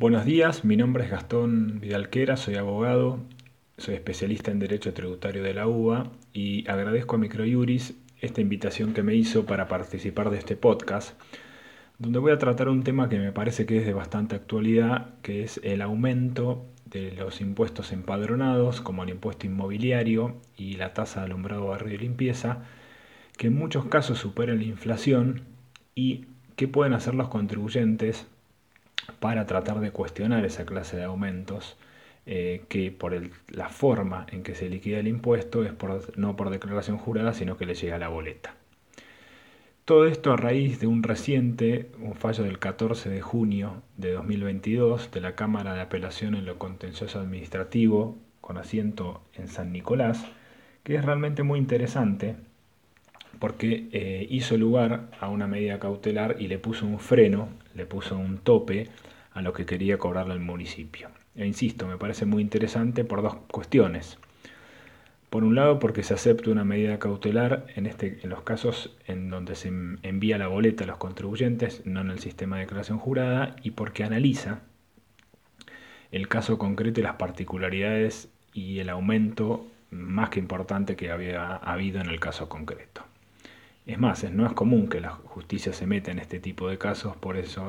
Buenos días, mi nombre es Gastón Vidalquera, soy abogado, soy especialista en Derecho Tributario de la UBA y agradezco a Microjuris esta invitación que me hizo para participar de este podcast, donde voy a tratar un tema que me parece que es de bastante actualidad, que es el aumento de los impuestos empadronados, como el impuesto inmobiliario y la tasa de alumbrado, barrio y limpieza, que en muchos casos superan la inflación y qué pueden hacer los contribuyentes para tratar de cuestionar esa clase de aumentos, que la forma en que se liquida el impuesto es no por declaración jurada, sino que le llega a la boleta. Todo esto a raíz de un fallo del 14 de junio de 2022 de la Cámara de Apelación en lo Contencioso Administrativo, con asiento en San Nicolás, que es realmente muy interesante porque hizo lugar a una medida cautelar y le puso un freno, le puso un tope a lo que quería cobrarle el municipio. E insisto, me parece muy interesante por dos cuestiones. Por un lado, porque se acepta una medida cautelar en los casos en donde se envía la boleta a los contribuyentes, no en el sistema de declaración jurada, y porque analiza el caso concreto y las particularidades y el aumento más que importante que había habido en el caso concreto. Es más, no es común que la justicia se meta en este tipo de casos, por eso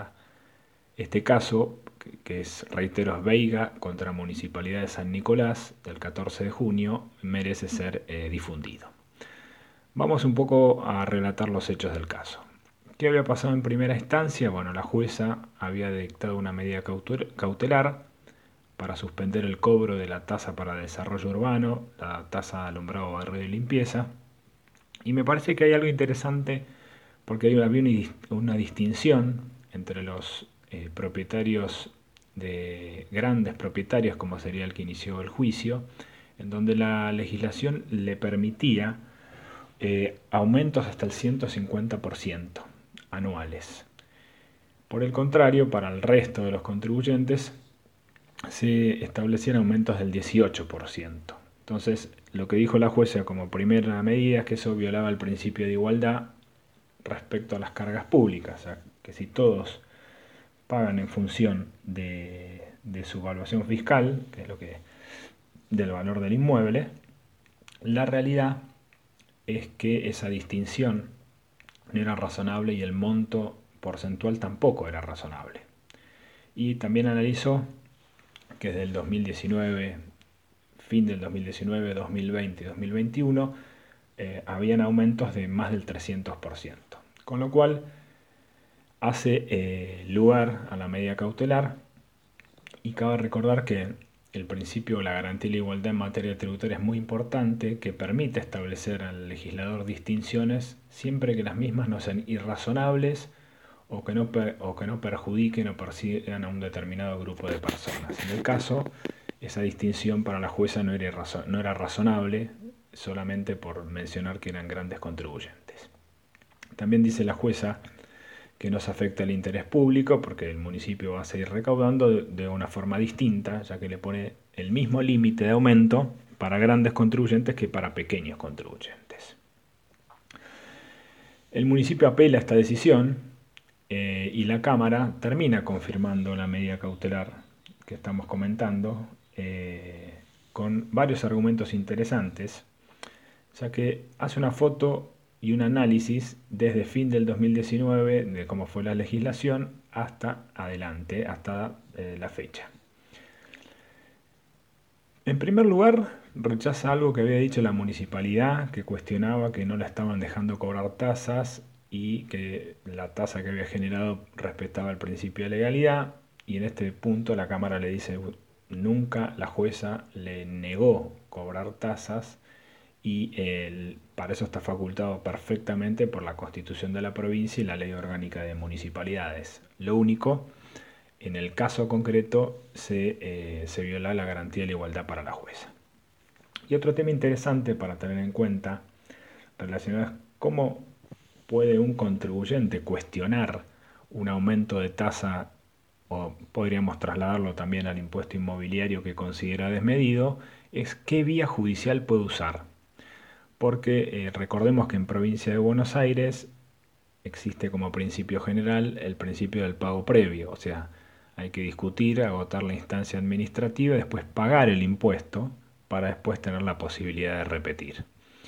este caso, que es, reitero, es Veiga contra Municipalidad de San Nicolás, del 14 de junio, merece ser difundido. Vamos un poco a relatar los hechos del caso. ¿Qué había pasado en primera instancia? Bueno, la jueza había dictado una medida cautelar para suspender el cobro de la tasa para desarrollo urbano, la tasa de alumbrado, barrio y limpieza. Y me parece que hay algo interesante porque había una distinción entre los propietarios de grandes propietarios, como sería el que inició el juicio, en donde la legislación le permitía aumentos hasta el 150% anuales. Por el contrario, para el resto de los contribuyentes se establecían aumentos del 18%. Entonces, lo que dijo la jueza como primera medida es que eso violaba el principio de igualdad respecto a las cargas públicas, o sea, que si todos pagan en función de su evaluación fiscal, que es del valor del inmueble, la realidad es que esa distinción no era razonable y el monto porcentual tampoco era razonable. Y también analizó que desde el 2019, fin del 2019, 2020 y 2021, habían aumentos de más del 300%. Con lo cual hace lugar a la medida cautelar y cabe recordar que el principio de la garantía y la igualdad en materia tributaria es muy importante, que permite establecer al legislador distinciones siempre que las mismas no sean irrazonables o que no perjudiquen o persigan a un determinado grupo de personas. En el caso, esa distinción para la jueza no era razonable, solamente por mencionar que eran grandes contribuyentes. También dice la jueza que no se afecta el interés público porque el municipio va a seguir recaudando de una forma distinta, ya que le pone el mismo límite de aumento para grandes contribuyentes que para pequeños contribuyentes. El municipio apela a esta decisión y la Cámara termina confirmando la medida cautelar que estamos comentando, con varios argumentos interesantes, ya que hace una foto y un análisis desde fin del 2019 de cómo fue la legislación hasta adelante, hasta la fecha. En primer lugar, rechaza algo que había dicho la municipalidad, que cuestionaba que no la estaban dejando cobrar tasas y que la tasa que había generado respetaba el principio de legalidad, y en este punto la Cámara le dice nunca la jueza le negó cobrar tasas y para eso está facultado perfectamente por la Constitución de la provincia y la Ley Orgánica de Municipalidades. Lo único, en el caso concreto, se viola la garantía de la igualdad para la jueza. Y otro tema interesante para tener en cuenta relacionado es cómo puede un contribuyente cuestionar un aumento de tasa, o podríamos trasladarlo también al impuesto inmobiliario que considera desmedido, es qué vía judicial puede usar. Porque recordemos que en provincia de Buenos Aires existe como principio general el principio del pago previo, o sea, hay que discutir, agotar la instancia administrativa y después pagar el impuesto para después tener la posibilidad de repetir.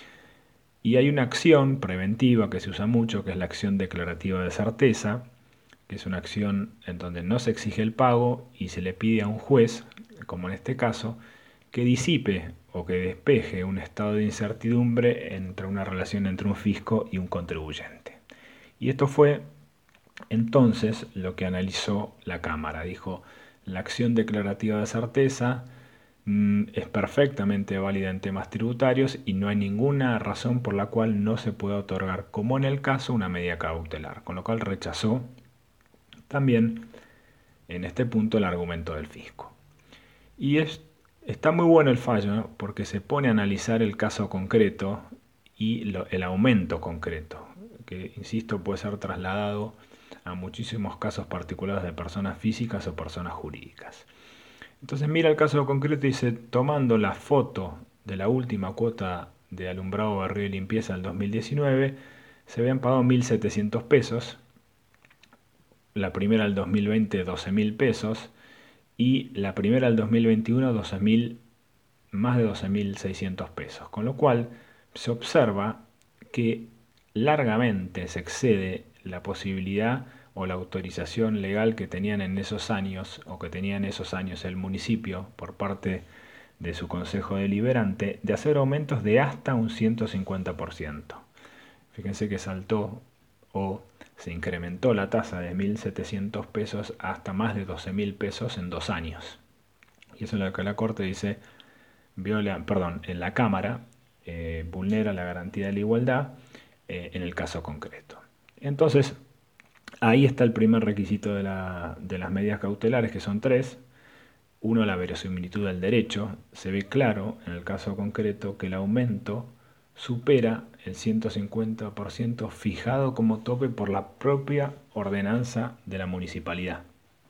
Y hay una acción preventiva que se usa mucho, que es la acción declarativa de certeza, que es una acción en donde no se exige el pago y se le pide a un juez, como en este caso, que disipe o que despeje un estado de incertidumbre entre una relación entre un fisco y un contribuyente. Y esto fue entonces lo que analizó la Cámara. Dijo, la acción declarativa de certeza es perfectamente válida en temas tributarios y no hay ninguna razón por la cual no se pueda otorgar, como en el caso, una medida cautelar, con lo cual rechazó también en este punto el argumento del fisco. Y está muy bueno el fallo, ¿no? Porque se pone a analizar el caso concreto y el aumento concreto, que, insisto, puede ser trasladado a muchísimos casos particulares de personas físicas o personas jurídicas. Entonces mira el caso concreto y dice, tomando la foto de la última cuota de alumbrado, barrido y limpieza del 2019, se habían pagado 1.700 pesos, la primera del 2020 12.000 pesos y la primera del 2021 más de 12.600 pesos, con lo cual se observa que largamente se excede la posibilidad o la autorización legal que tenían en esos años o que tenía en esos años el municipio por parte de su consejo deliberante de hacer aumentos de hasta un 150%. Fíjense que saltó o se incrementó la tasa de 1.700 pesos hasta más de 12.000 pesos en 2 años. Y eso es lo que la Corte dice, en la Cámara vulnera la garantía de la igualdad en el caso concreto. Entonces, ahí está el primer requisito de las medidas cautelares, que son 3. Uno, la verosimilitud del derecho. Se ve claro en el caso concreto que el aumento supera el 150% fijado como tope por la propia ordenanza de la municipalidad.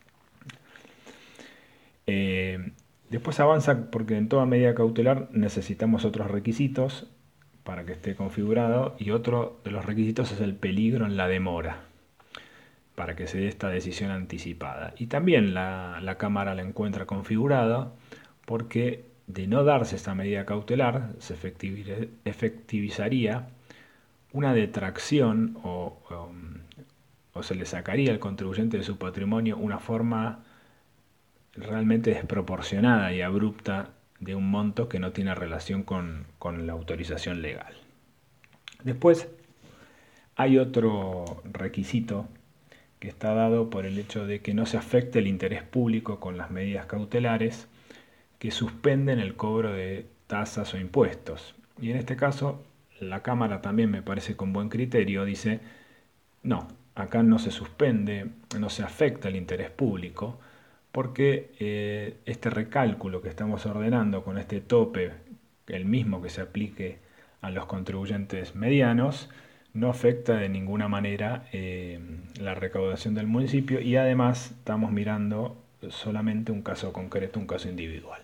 Después avanza porque en toda medida cautelar necesitamos otros requisitos para que esté configurado y otro de los requisitos es el peligro en la demora para que se dé esta decisión anticipada. Y también la Cámara la encuentra configurada porque de no darse esta medida cautelar se efectivizaría una detracción o se le sacaría al contribuyente de su patrimonio una forma realmente desproporcionada y abrupta de un monto que no tiene relación con la autorización legal. Después hay otro requisito que está dado por el hecho de que no se afecte el interés público con las medidas cautelares que suspenden el cobro de tasas o impuestos. Y en este caso, la Cámara también me parece con buen criterio, dice, no, acá no se suspende, no se afecta el interés público, porque este recálculo que estamos ordenando con este tope, el mismo que se aplique a los contribuyentes medianos, no afecta de ninguna manera la recaudación del municipio y además estamos mirando solamente un caso concreto, un caso individual.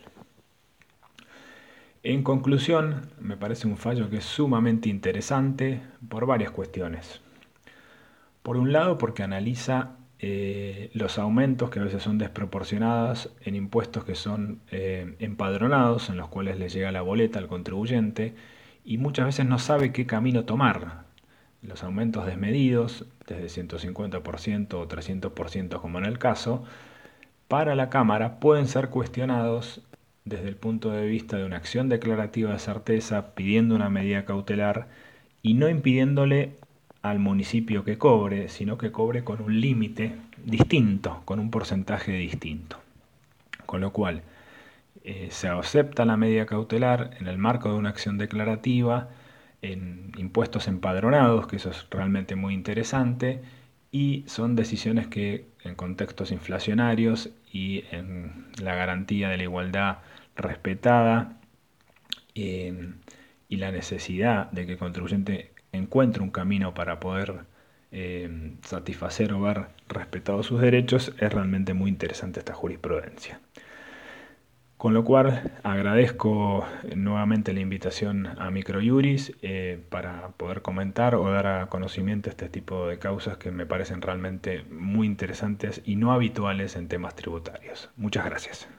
En conclusión, me parece un fallo que es sumamente interesante por varias cuestiones. Por un lado, porque analiza los aumentos que a veces son desproporcionados en impuestos que son empadronados, en los cuales le llega la boleta al contribuyente y muchas veces no sabe qué camino tomar. Los aumentos desmedidos, desde 150% o 300% como en el caso, para la Cámara pueden ser cuestionados desde el punto de vista de una acción declarativa de certeza, pidiendo una medida cautelar y no impidiéndole al municipio que cobre, sino que cobre con un límite distinto, con un porcentaje distinto. Con lo cual, se acepta la medida cautelar en el marco de una acción declarativa, en impuestos empadronados, que eso es realmente muy interesante, y son decisiones que en contextos inflacionarios y en la garantía de la igualdad respetada y la necesidad de que el contribuyente encuentre un camino para poder satisfacer o ver respetados sus derechos, es realmente muy interesante esta jurisprudencia. Con lo cual agradezco nuevamente la invitación a Microjuris para poder comentar o dar a conocimiento este tipo de causas que me parecen realmente muy interesantes y no habituales en temas tributarios. Muchas gracias.